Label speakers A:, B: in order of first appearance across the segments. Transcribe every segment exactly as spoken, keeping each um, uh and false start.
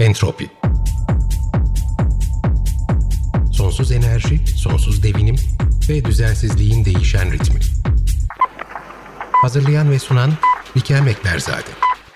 A: Entropi. Sonsuz enerji, sonsuz devinim ve düzensizliğin değişen ritmi. Hazırlayan ve sunan Bikem Ekberzade.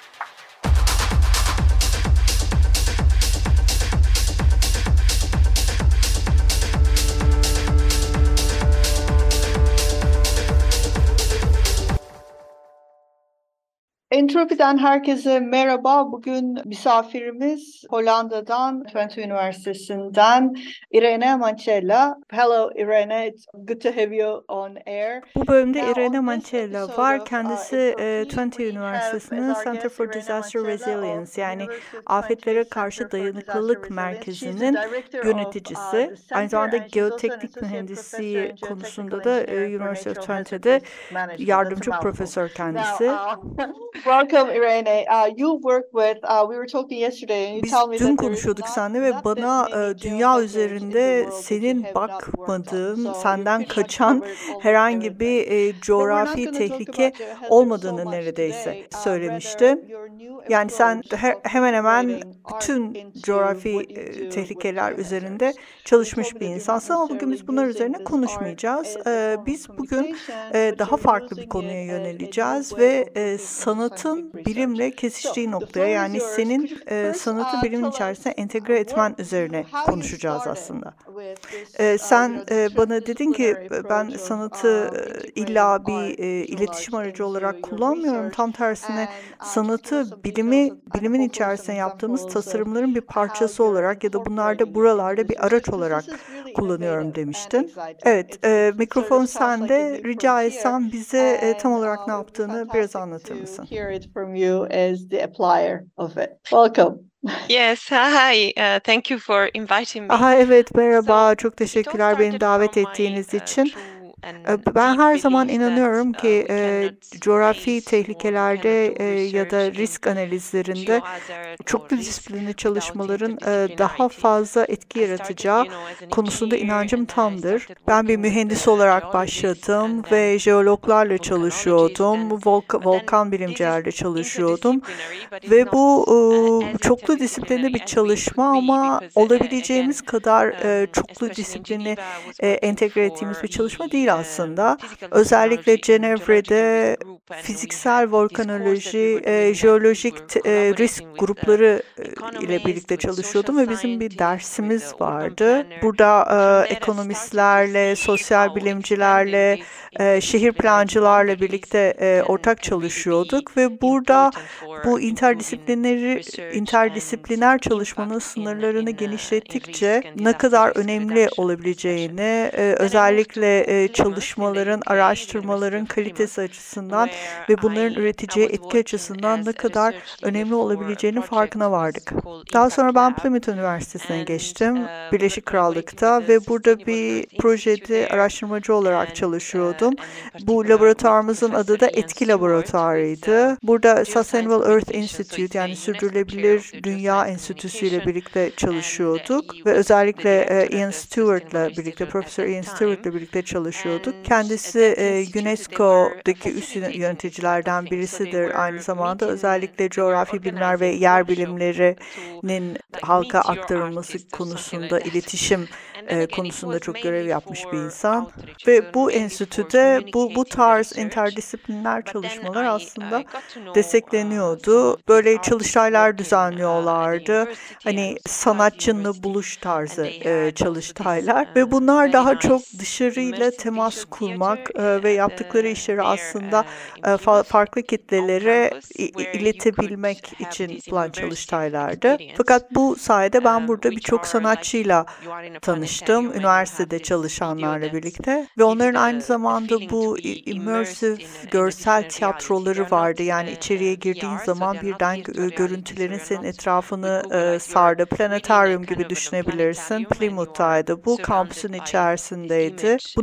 B: Entropi'den herkese merhaba. Bugün misafirimiz Hollanda'dan, Twente Üniversitesi'nden Irene Mancella. Hello Irene, it's good to have you on air.
C: Bu bölümde Irene Mancella var. Kendisi e, Twente Üniversitesi'nin Center for Disaster Resilience, yani afetlere karşı dayanıklılık merkezinin yöneticisi. Aynı zamanda geoteknik mühendisliği konusunda da e, University of Twente'de yardımcı profesör kendisi.
B: Welcome Irene. Uh, you work with, uh, we were talking yesterday and you
C: Biz
B: told me
C: dün
B: that
C: konuşuyorduk seninle ve bana e, dünya üzerinde senin bakmadığın, senden kaçan herhangi bir e, coğrafi tehlike olmadığını neredeyse söylemiştin. Yani sen he, hemen hemen bütün coğrafi e, tehlikeler üzerinde çalışmış bir insansın ama bugün biz bunlar üzerine konuşmayacağız. E, biz bugün e, daha farklı bir konuya yöneleceğiz ve e, sanatın bilimle kesiştiği noktaya, yani senin e, sanatı bilimin içerisine entegre etmen üzerine konuşacağız aslında. E, sen e, bana dedin ki ben sanatı e, illa bir e, iletişim aracı olarak kullanmıyorum. Tam tersine sanatı bilimi bilimin içerisine yaptığımız tasarımların bir parçası olarak ya da bunlarda buralarda bir araç olarak kullanıyorum demiştin. Evet, e, mikrofon sende. Rica etsem bize e, tam olarak ne yaptığını biraz anlatır mısın?
B: Hear it from you as the applier of it. Welcome.
D: Yes, hi. Uh, thank you for inviting me.
C: Aha, evet, merhaba. Çok teşekkürler beni davet ettiğiniz için. Ben her zaman inanıyorum ki e, coğrafi tehlikelerde e, ya da risk analizlerinde çoklu disiplinli çalışmaların e, daha fazla etki yaratacağı konusunda inancım tamdır. Ben bir mühendis olarak başladım ve jeologlarla çalışıyordum, volk- volkan bilimcilerle çalışıyordum ve bu e, çoklu disiplinli bir çalışma ama olabileceğimiz kadar e, çoklu disiplinli e, entegre ettiğimiz bir çalışma değil aslında. Özellikle Cenevre'de fiziksel volkanoloji, e, jeolojik e, risk grupları e, ile birlikte çalışıyordum ve bizim bir dersimiz vardı. Burada e, ekonomistlerle, sosyal bilimcilerle, e, şehir plancılarla birlikte e, ortak çalışıyorduk ve burada bu interdisiplineri, interdisipliner çalışmanın sınırlarını genişlettikçe ne kadar önemli olabileceğini, e, özellikle e, çalışmaların, araştırmaların kalitesi açısından ve bunların üreticiye etki açısından ne kadar önemli olabileceğinin farkına vardık. Daha sonra ben Plymouth Üniversitesi'ne geçtim, Birleşik Krallık'ta ve burada bir projede araştırmacı olarak çalışıyordum. Bu laboratuvarımızın adı da Etki Laboratuvarıydı. Burada Sustainable Earth Institute, yani Sürdürülebilir Dünya Enstitüsü ile birlikte çalışıyorduk ve özellikle Ian Stewart'la birlikte, Profesör Ian Stewart'la birlikte çalışıyorduk. Kendisi e, UNESCO'daki üst yöneticilerden birisidir aynı zamanda. Özellikle coğrafi bilimler ve yer bilimlerinin halka aktarılması konusunda, iletişim e, konusunda çok görev yapmış bir insan. Ve bu enstitüde bu bu tarz interdisipliner çalışmalar aslında destekleniyordu. Böyle çalıştaylar düzenliyorlardı. Hani sanatçınla buluş tarzı e, çalıştaylar ve bunlar daha çok dışarıyla temas kurmak e, ve yaptıkları işleri aslında e, fa- farklı kitlelere i- iletebilmek için yapılan çalıştaylardı. Fakat bu sayede ben burada birçok sanatçıyla tanıştım, üniversitede çalışanlarla birlikte ve onların aynı zamanda bu immersive görsel tiyatroları vardı. Yani içeriye girdiğin zaman birden gö- görüntülerin senin etrafını e, sardı. Planetaryum gibi düşünebilirsin. Plymouth'taydı. Bu kampüsün içerisindeydi. Bunlar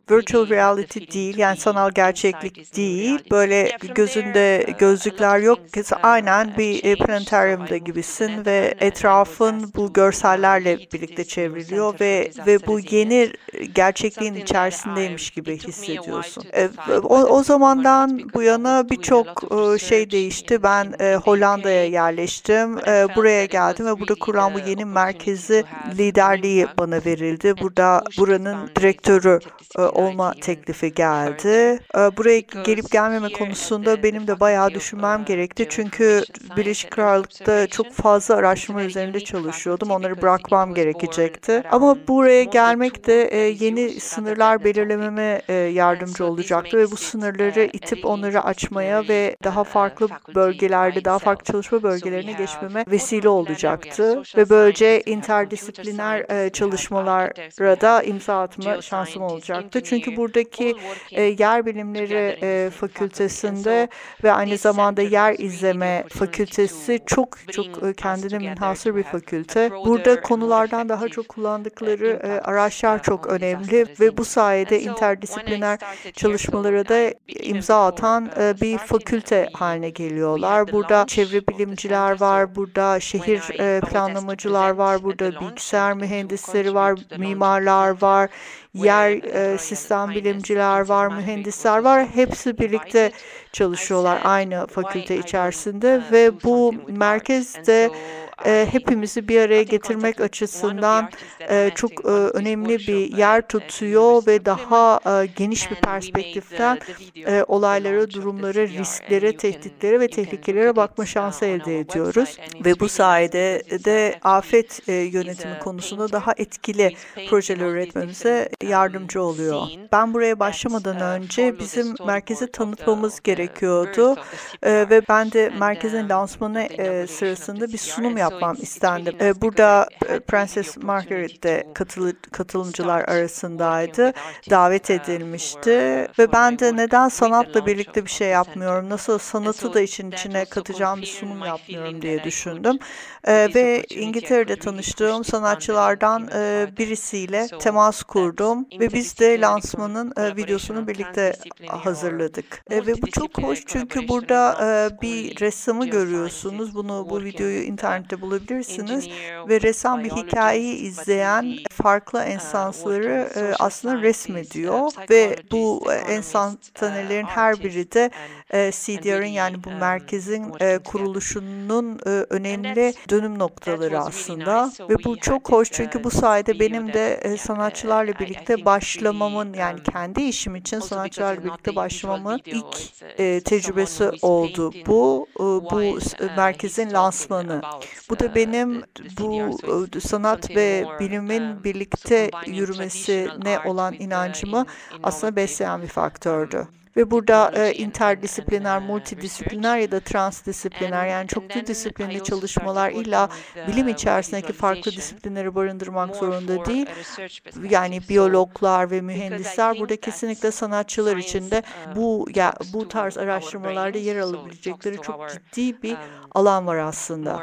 C: virtual reality değil, yani sanal gerçeklik değil. Böyle gözünde gözlükler yok. Aynen bir planetaryumda gibisin ve etrafın bu görsellerle birlikte çevriliyor ve ve bu yeni gerçekliğin içerisindeymiş gibi hissediyorsun. O, o zamandan bu yana birçok şey değişti. Ben Hollanda'ya yerleştim. Buraya geldim ve burada kurulan bu yeni merkezi liderliği bana verildi. Burada buranın direktörü olma teklifi geldi. Buraya gelip gelmeme konusunda benim de bayağı düşünmem gerekti. Çünkü Birleşik Krallık'ta çok fazla araştırma üzerinde çalışıyordum. Onları bırakmam gerekecekti. Ama buraya gelmek de yeni sınırlar belirlememe yardımcı olacaktı ve bu sınırları itip onları açmaya ve daha farklı bölgelerde, daha farklı çalışma bölgelerine geçmeme vesile olacaktı. Ve böylece interdisipliner çalışmalara da imza atma şansım olacaktı. Çünkü buradaki yer bilimleri fakültesinde ve aynı zamanda yer izleme fakültesi çok çok kendine münhasır bir fakülte. Burada konulardan daha çok kullandıkları araçlar çok önemli ve bu sayede interdisipliner çalışmalara da imza atan bir fakülte haline geliyorlar. Burada çevre bilimciler var, burada şehir planlamacılar var, burada bilgisayar mühendisleri var, mimarlar var, yer sistem bilimciler var, mühendisler var. Hepsi birlikte çalışıyorlar aynı fakülte içerisinde ve bu merkezde e, hepimizi bir araya getirmek açısından e, çok e, önemli bir yer tutuyor ve daha e, geniş bir perspektiften e, olaylara, durumlara, risklere, tehditlere ve tehlikelere bakma şansı elde ediyoruz. Ve bu sayede de afet e, yönetimi konusunda daha etkili projeler üretmemize yardımcı oluyor. Ben buraya başlamadan önce bizim merkezi tanıtmamız gerekiyordu e, ve ben de merkezin lansmanı e, sırasında bir sunum yapmam istendim. E, burada e, Prenses Margaret de katılı, katılımcılar arasındaydı. Davet edilmişti ve ben de neden sanatla birlikte bir şey yapmıyorum, nasıl sanatı da işin içine katacağım bir sunum yapmıyorum diye düşündüm. E, ve İngiltere'de tanıştığım sanatçılardan e, birisiyle temas kurdum ve biz de lansmanın e, videosunu birlikte hazırladık. E, ve bu çok hoş çünkü burada e, bir ressamı görüyorsunuz. Bunu bu videoyu internette bulabilirsiniz ve ressam bir hikayeyi izleyen farklı enstansları e, aslında resmediyor ve bu enstantanelerin her biri de e, C D R'ın yani bu merkezin e, kuruluşunun e, önemli dönüm noktaları aslında ve bu çok hoş çünkü bu sayede benim de e, sanatçılarla birlikte başlamamın yani kendi işim için sanatçılarla birlikte başlamamın ilk e, tecrübesi oldu. Bu e, bu merkezin lansmanı. Bu da benim bu e, sanat ve bilimin birlikte yürümesine olan inancımı aslında besleyen bir faktördü. Ve burada e, interdisipliner, multidisipliner ya da transdisipliner yani çoklu disiplinli çalışmalar illa bilim içerisindeki farklı disiplinleri barındırmak zorunda değil. Yani biyologlar ve mühendisler burada kesinlikle sanatçılar için de bu ya bu tarz araştırmalarda yer alabilecekleri çok ciddi bir alan var aslında.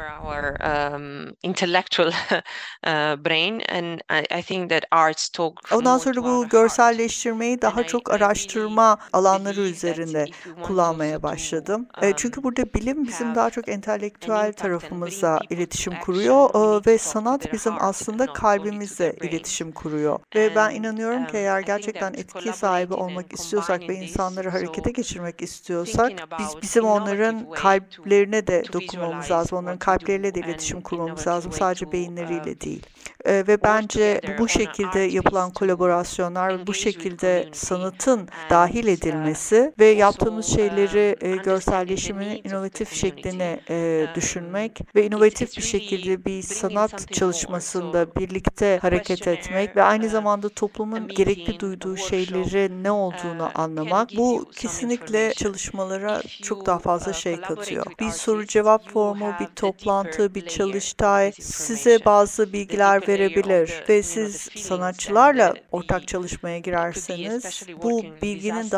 C: Ondan sonra bu görselleştirmeyi daha çok araştırma alanları üzerinde kullanmaya başladım. E, çünkü burada bilim bizim daha çok entelektüel tarafımıza iletişim kuruyor e, ve sanat bizim aslında kalbimizle iletişim kuruyor. Ve ben inanıyorum ki eğer gerçekten etki sahibi olmak istiyorsak ve insanları harekete geçirmek istiyorsak biz bizim onların kalplerine de dokunmamız lazım. Onların kalpleriyle de iletişim kurmamız lazım. Sadece beyinleriyle değil. E, ve bence bu şekilde yapılan kolaborasyonlar, bu şekilde sanatın dahil edilmesi ve yaptığımız şeyleri e, görselleşimini inovatif şekline e, düşünmek ve inovatif bir şekilde bir sanat çalışmasında birlikte hareket etmek ve aynı zamanda toplumun gerekli duyduğu şeyleri ne olduğunu anlamak bu kesinlikle çalışmalara çok daha fazla şey katıyor. Bir soru cevap formu, bir toplantı, bir çalıştay size bazı bilgiler verebilir ve siz sanatçılarla ortak çalışmaya girerseniz bu bilginin daha derin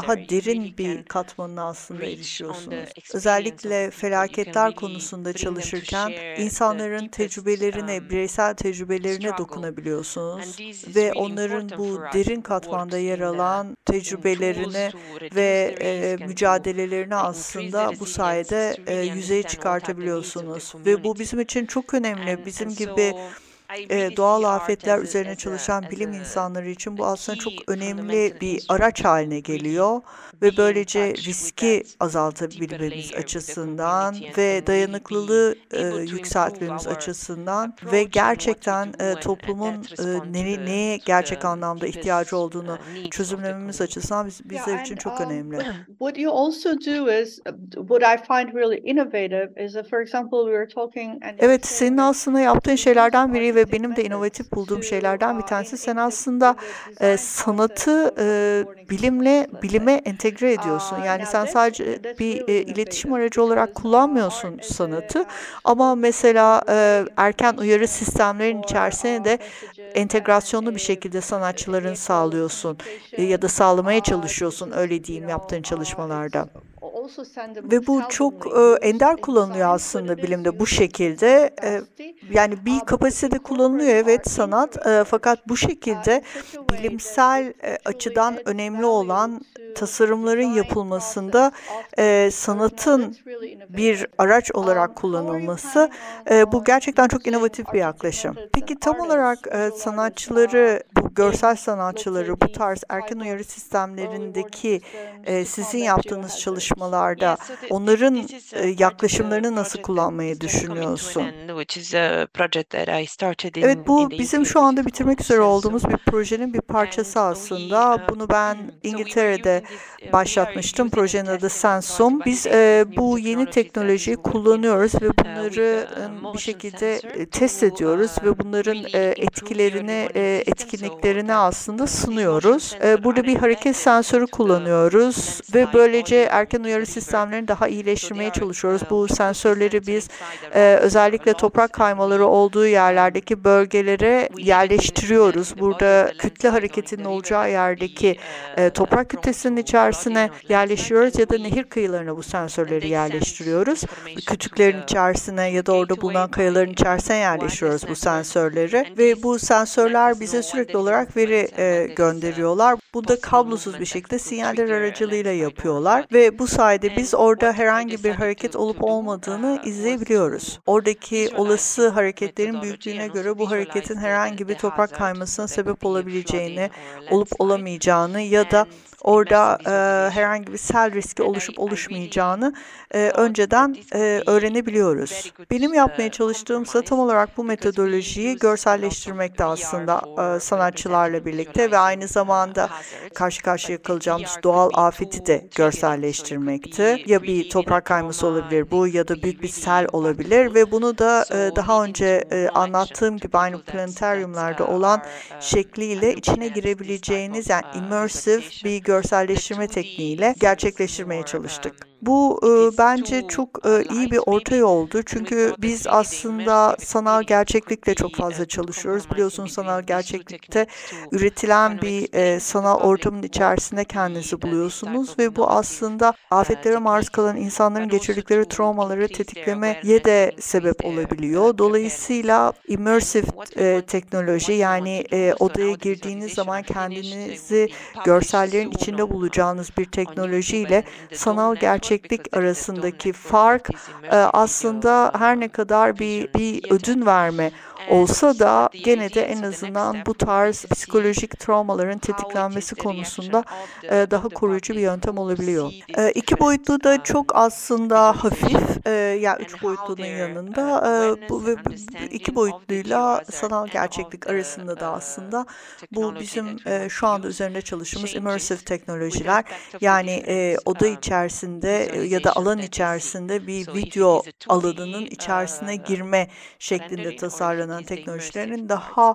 C: derin bir katmanına aslında erişiyorsunuz. Özellikle felaketler konusunda çalışırken insanların tecrübelerine, bireysel tecrübelerine dokunabiliyorsunuz ve onların bu derin katmanda yer alan tecrübelerini ve e, mücadelelerini aslında bu sayede e, yüzeye çıkartabiliyorsunuz. Ve bu bizim için çok önemli. Bizim gibi e, doğal afetler üzerine çalışan bilim insanları için bu aslında çok önemli bir araç haline geliyor ve böylece riski azaltabilmemiz açısından ve dayanıklılığı e, yükseltmemiz açısından ve gerçekten e, toplumun e, ne, neye gerçek anlamda ihtiyacı olduğunu çözümlememiz açısından biz, bizler için çok önemli.
B: What you also do is what I find really innovative is that, for example, we were talking and
C: Evet, senin aslında yaptığın şeylerden biri ve benim de inovatif bulduğum şeylerden bir tanesi, sen aslında e, sanatı e, bilimle bilime entegre ediyorsun. Yani sen sadece bir e, iletişim aracı olarak kullanmıyorsun sanatı, ama mesela e, erken uyarı sistemlerin içerisine de entegrasyonlu bir şekilde sanatçıların sağlıyorsun e, ya da sağlamaya çalışıyorsun, öyle diyeyim, yaptığın çalışmalarda. Ve bu çok e, ender kullanılıyor aslında bilimde bu şekilde. E, yani bir kapasitede kullanılıyor evet sanat, e, fakat bu şekilde bilimsel e, açıdan önemli olan tasarımların yapılmasında e, sanatın bir araç olarak kullanılması, e, bu gerçekten çok inovatif bir yaklaşım. Peki tam olarak e, sanatçıları, bu görsel sanatçıları bu tarz erken uyarı sistemlerindeki e, sizin yaptığınız çalışmalarda onların e, yaklaşımlarını nasıl kullanmayı düşünüyorsun? Evet, bu bizim şu anda bitirmek üzere olduğumuz bir projenin bir parçası aslında. Bunu ben İngiltere'de başlatmıştım. Projenin adı Sensum. Biz e, bu yeni teknolojiyi kullanıyoruz ve bunları e, bir şekilde e, test ediyoruz ve bunların e, etkilerini, e, etkinliklerini aslında sunuyoruz. E, burada bir hareket sensörü kullanıyoruz ve böylece erken uyarı sistemlerini daha iyileştirmeye çalışıyoruz. Bu sensörleri biz e, özellikle toprak kaymaları olduğu yerlerdeki bölgelere yerleştiriyoruz. Burada kütle hareketinin olacağı yerdeki e, toprak kütlesinin içerisine yerleştiriyoruz ya da nehir kıyılarına bu sensörleri yerleştiriyoruz. Kütüklerin içerisine ya da orada bulunan kayaların içerisine yerleştiriyoruz bu sensörleri ve bu sensörler bize sürekli olarak veri e, gönderiyorlar. Bu da kablosuz bir şekilde sinyaller aracılığıyla yapıyorlar ve bu sayede biz orada herhangi bir hareket olup olmadığını izleyebiliyoruz. Oradaki olası hareketlerin büyüklüğüne göre bu hareketin herhangi bir toprak kaymasına sebep olabileceğini, olup olamayacağını ya da orada e, herhangi bir sel riski oluşup oluşmayacağını e, önceden e, öğrenebiliyoruz. Benim yapmaya çalıştığımsa tam olarak bu metodolojiyi görselleştirmekte aslında e, sanatçılarla birlikte ve aynı zamanda karşı karşıya kalacağımız doğal afeti de görselleştirmekti. Ya bir toprak kayması olabilir bu ya da büyük bir sel olabilir ve bunu da e, daha önce e, anlattığım gibi aynı planetaryumlarda olan şekliyle içine girebileceğiniz, yani immersive bir görselleştirme tekniğiyle gerçekleştirmeye çalıştık. Bu e, bence çok e, iyi bir orta yoldu. Çünkü biz aslında sanal gerçeklikle çok fazla çalışıyoruz. Biliyorsunuz sanal gerçeklikte üretilen bir e, sanal ortamın içerisinde kendinizi buluyorsunuz ve bu aslında afetlere maruz kalan insanların geçirdikleri travmaları tetiklemeye de sebep olabiliyor. Dolayısıyla immersive e, teknoloji, yani e, odaya girdiğiniz zaman kendinizi görsellerin içinde bulacağınız bir teknolojiyle sanal gerçeklik arasındaki fark e, aslında her ne kadar bir, bir ödün verme olsa da gene de en azından bu tarz psikolojik travmaların tetiklenmesi konusunda e, daha koruyucu bir yöntem olabiliyor. E, iki boyutlu da çok aslında hafif, e, ya yani üç boyutlunun yanında e, bu ve iki boyutluyla sanal gerçeklik arasında da aslında bu bizim e, şu anda üzerinde çalıştığımız immersive teknolojiler, yani e, oda içerisinde e, ya da alan içerisinde bir video alanının içerisine girme şeklinde tasarlanan teknolojilerin daha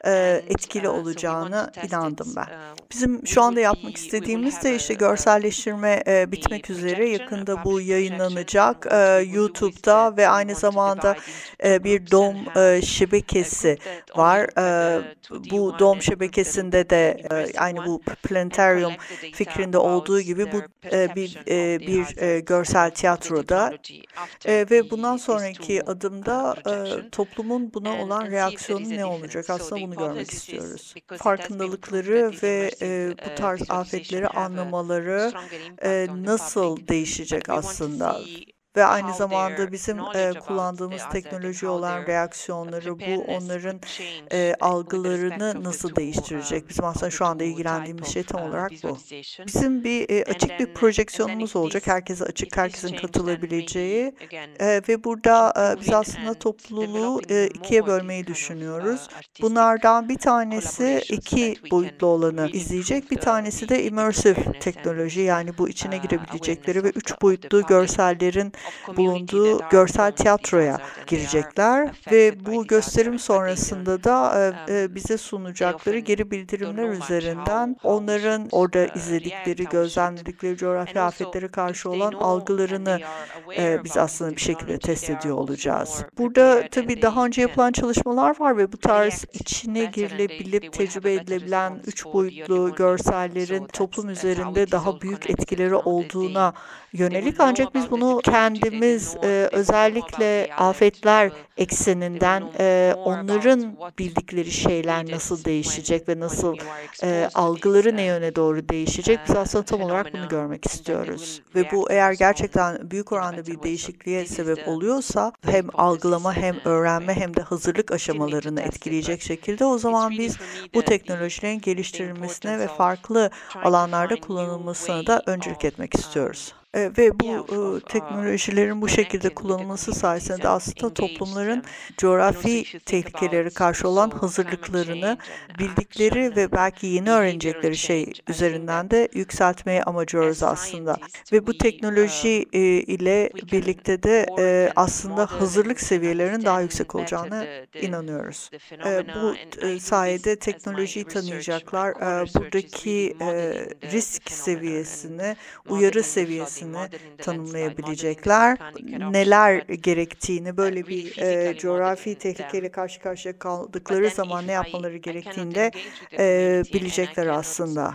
C: e, etkili olacağına inandım ben. Bizim şu anda yapmak istediğimiz de işte görselleştirme e, bitmek üzere. Yakında bu yayınlanacak e, YouTube'da ve aynı zamanda e, bir dom e, şebekesi var. E, bu dom şebekesinde de e, aynı bu planetarium fikrinde olduğu gibi bu e, bir e, bir e, görsel tiyatroda e, ve bundan sonraki adımda e, toplumun buna olan reaksiyonu ne olacak? Aslında bunu görmek istiyoruz. Farkındalıkları ve e, bu tarz afetleri anlamaları e, nasıl değişecek aslında? Ve aynı zamanda bizim e, kullandığımız teknoloji olan reaksiyonları, bu onların e, algılarını nasıl değiştirecek? Bizim aslında şu anda ilgilendiğimiz şey tam olarak bu. Bizim bir e, açık bir projeksiyonumuz olacak. Herkese açık, herkesin katılabileceği e, ve burada e, biz aslında topluluğu e, ikiye bölmeyi düşünüyoruz. Bunlardan bir tanesi iki boyutlu olanı izleyecek, bir tanesi de immersive teknoloji, yani bu içine girebilecekleri ve üç boyutlu görsellerin bulunduğu görsel tiyatroya girecekler ve bu gösterim sonrasında da e, bize sunacakları geri bildirimler üzerinden onların orada izledikleri, gözlemledikleri coğrafi afetlere karşı olan algılarını e, biz aslında bir şekilde test ediyor olacağız. Burada tabii daha önce yapılan çalışmalar var ve bu tarz içine girilebilip tecrübe edilebilen üç boyutlu görsellerin toplum üzerinde daha büyük etkileri olduğuna yönelik, ancak biz bunu kendimiz e, özellikle afetler ekseninden e, onların bildikleri şeyler nasıl değişecek ve nasıl e, algıları ne yöne doğru değişecek, biz aslında tam olarak bunu görmek istiyoruz. Ve bu eğer gerçekten büyük oranda bir değişikliğe sebep oluyorsa hem algılama hem öğrenme hem de hazırlık aşamalarını etkileyecek şekilde, o zaman biz bu teknolojilerin geliştirilmesine ve farklı alanlarda kullanılmasına da öncülük etmek istiyoruz. E, ve bu e, teknolojilerin bu şekilde kullanılması sayesinde de aslında toplumların coğrafi tehlikelere karşı olan hazırlıklarını bildikleri ve belki yeni öğrenecekleri şey üzerinden de yükseltmeyi amacıyoruz aslında. Ve bu teknoloji e, ile birlikte de e, aslında hazırlık seviyelerinin daha yüksek olacağına inanıyoruz. E, bu e, sayede teknolojiyi tanıyacaklar, e, buradaki e, risk seviyesini, uyarı seviyesini tanımlayabilecekler, neler gerektiğini, böyle bir e, coğrafi tehlikeyle karşı karşıya kaldıkları zaman ne yapmaları gerektiğini de e, bilecekler aslında.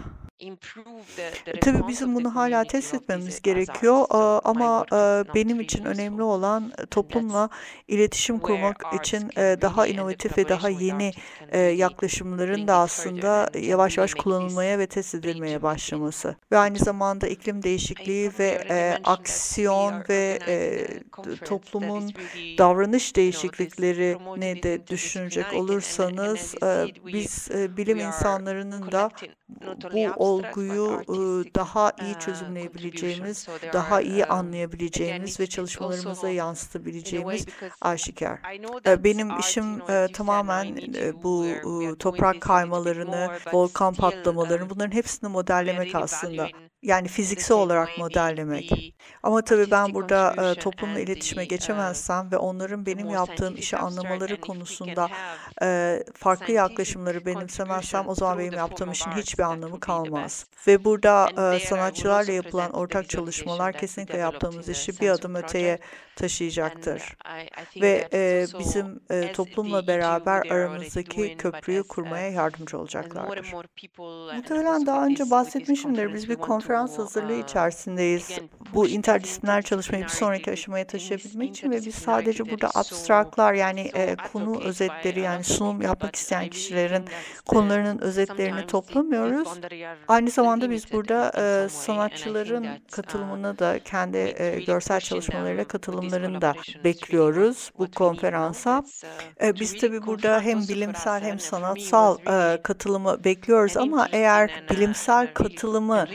C: Tabii bizim bunu hala test etmemiz gerekiyor ama benim için önemli olan toplumla iletişim kurmak için daha inovatif ve daha yeni yaklaşımların da aslında yavaş yavaş kullanılmaya ve test edilmeye başlaması. Ve aynı zamanda iklim değişikliği ve aksiyon ve toplumun davranış değişikliklerini de düşünecek olursanız, biz bilim insanlarının da bu olguyu daha iyi çözümleyebileceğimiz, daha iyi anlayabileceğimiz ve çalışmalarımıza yansıtabileceğimiz aşikar. Benim işim tamamen bu toprak kaymalarını, volkan patlamalarını, bunların hepsini modellemek aslında. Yani fiziksel olarak modellemek. Ama tabii ben burada e, toplumla iletişime geçemezsem ve onların benim yaptığım işi anlamaları konusunda e, farklı yaklaşımları benimsemezsem, o zaman benim yaptığım işin hiçbir anlamı kalmaz. Ve burada e, sanatçılarla yapılan ortak çalışmalar kesinlikle yaptığımız işi bir adım öteye taşıyacaktır. Ve e, bizim e, toplumla beraber aramızdaki köprüyü kurmaya yardımcı olacaklardır. Muhtemelen daha önce bahsetmişimdir. Biz bir konferans hazırlığı içerisindeyiz. Bu interdisipliner çalışmayı bir sonraki aşamaya taşıyabilmek için ve biz sadece burada abstraklar, yani e, konu özetleri, yani sunum yapmak isteyen kişilerin konularının özetlerini toplamıyoruz. Aynı zamanda biz burada e, sanatçıların katılımını da, kendi e, görsel çalışmalarıyla katılımlarını da bekliyoruz bu konferansa. E, biz tabii burada hem bilimsel hem sanatsal e, katılımı bekliyoruz ama eğer bilimsel katılımı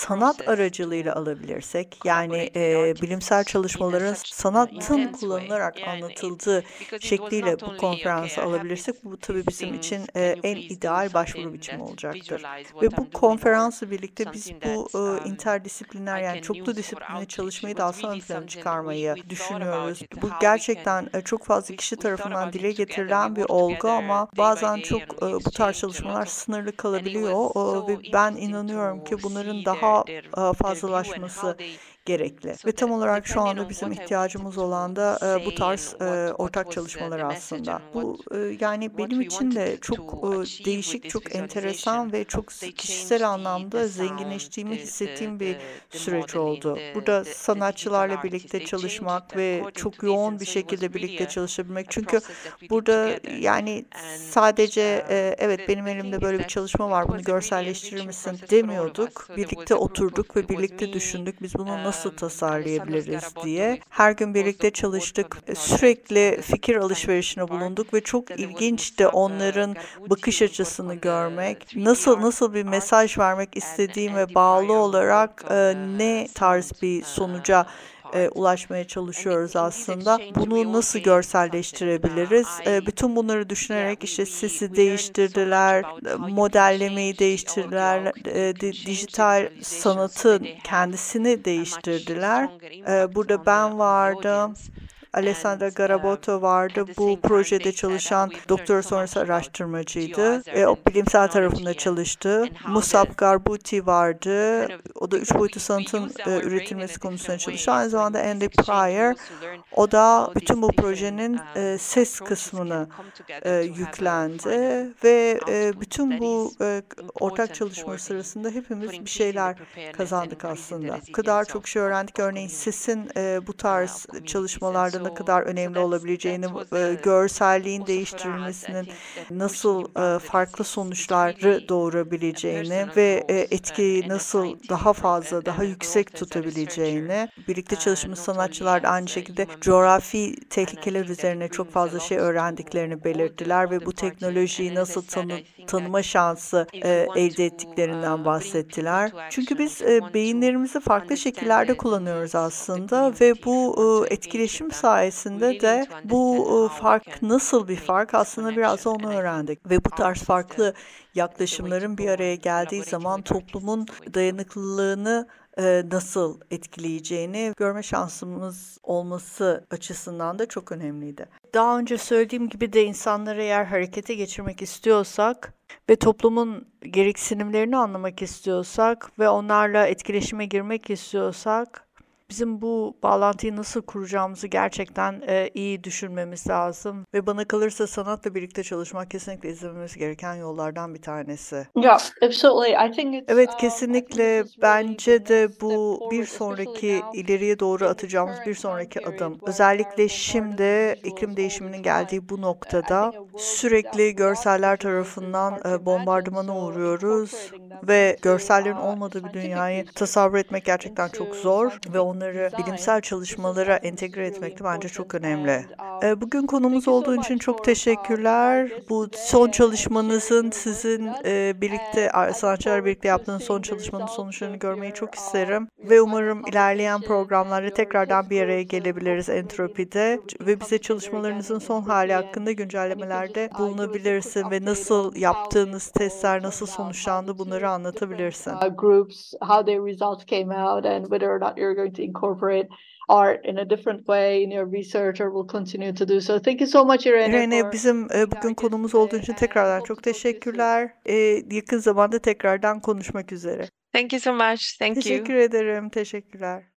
C: sanat aracılığıyla alabilirsek, yani e, bilimsel çalışmaların sanatın kullanılarak anlatıldığı şekliyle bu konferansı alabilirsek, bu tabii bizim için e, en ideal başvuru biçimi olacaktır. Ve bu konferansla birlikte biz bu e, interdisipliner, yani çoklu disiplinli çalışmayı da aslında ön plana çıkarmayı düşünüyoruz. Bu gerçekten e, çok fazla kişi tarafından dile getirilen bir olgu ama bazen çok e, bu tarz çalışmalar sınırlı kalabiliyor e, ve ben inanıyorum ki bunların daha e, fazlalaşması gerekli. Ve tam olarak şu anda bizim ihtiyacımız olan da e, bu tarz e, ortak çalışmalar aslında. Bu e, yani benim için de çok e, değişik, çok enteresan ve çok kişisel anlamda zenginleştiğimi hissettiğim bir süreç oldu. Burada sanatçılarla birlikte çalışmak ve çok yoğun bir şekilde birlikte çalışabilmek. Çünkü burada yani sadece e, evet benim elimde böyle bir çalışma var, bunu görselleştirir misin demiyorduk. Birlikte oturduk ve birlikte düşündük. Biz bunu nasıl tasarlayabiliriz diye. Her gün birlikte çalıştık. Sürekli fikir alışverişine bulunduk ve çok ilginçti onların bakış açısını görmek. Nasıl nasıl bir mesaj vermek istediğime bağlı olarak e, ne tarz bir sonuca E, ulaşmaya çalışıyoruz aslında. Bunu nasıl görselleştirebiliriz? E, bütün bunları düşünerek işte sesi değiştirdiler, modellemeyi değiştirdiler, e, di, dijital sanatın kendisini değiştirdiler. E, burada ben vardım. Alessandra Garaboto vardı. Bu projede çalışan doktora sonrası araştırmacıydı. E, o bilimsel tarafında çalıştı. Musab Garbuti vardı. O da üç boyutlu sanatın e, üretilmesi konusunda çalışıyor. Aynı zamanda Andy Pryor. O da bütün bu projenin e, ses kısmını e, yüklendi ve e, bütün bu e, ortak çalışma sırasında hepimiz bir şeyler kazandık aslında. O kadar çok şey öğrendik. Örneğin sesin e, bu tarz çalışmalarda ne kadar önemli olabileceğini, e, görselliğin değiştirilmesinin nasıl e, farklı sonuçları doğurabileceğini ve e, etkiyi nasıl daha fazla, daha yüksek tutabileceğini, birlikte çalışmış sanatçılar da aynı şekilde coğrafi tehlikeler üzerine çok fazla şey öğrendiklerini belirttiler ve bu teknolojiyi nasıl tanı, tanıma şansı e, elde ettiklerinden bahsettiler. Çünkü biz e, beyinlerimizi farklı şekillerde kullanıyoruz aslında ve bu e, etkileşim sayesinde de bu e, fark nasıl bir fark, aslında biraz da onu öğrendik. Ve bu tarz farklı yaklaşımların bir araya geldiği zaman toplumun dayanıklılığını e, nasıl etkileyeceğini görme şansımız olması açısından da çok önemliydi. Daha önce söylediğim gibi de insanları eğer harekete geçirmek istiyorsak ve toplumun gereksinimlerini anlamak istiyorsak ve onlarla etkileşime girmek istiyorsak, bizim bu bağlantıyı nasıl kuracağımızı gerçekten e, iyi düşünmemiz lazım. Ve bana kalırsa sanatla birlikte çalışmak kesinlikle izlememiz gereken yollardan bir tanesi.
B: Yeah, absolutely. I think it's,
C: Evet,
B: um,
C: kesinlikle bence de bu bir sonraki ileriye doğru atacağımız bir sonraki adım. Özellikle şimdi iklim değişiminin geldiği bu noktada sürekli görseller tarafından e, bombardımana uğruyoruz ve görsellerin olmadığı bir dünyayı tasavvur etmek gerçekten çok zor ve onları bilimsel çalışmalara entegre etmek de bence çok önemli. E, bugün konumuz olduğu için çok teşekkürler. Bu son çalışmanızın sizin e, birlikte sanatçılar birlikte yaptığınız son çalışmanın sonuçlarını görmeyi çok isterim ve umarım ilerleyen programlarda tekrardan bir araya gelebiliriz Entropi'de ve bize çalışmalarınızın son hali hakkında güncellemelerde bulunabilirsin ve nasıl yaptığınız testler nasıl sonuçlandı bunları anlatabilirsin.
B: Groups, how their results came out and whether or not you're going to incorporate art in a different way in your research or will continue to do so. Thank you so much Irene.
C: Irene, bizim e, bugün konumuz olduğu için tekrardan çok teşekkürler. E, yakın zamanda tekrardan konuşmak üzere.
D: Thank you so much. Thank you.
C: Teşekkür ederim. Teşekkürler.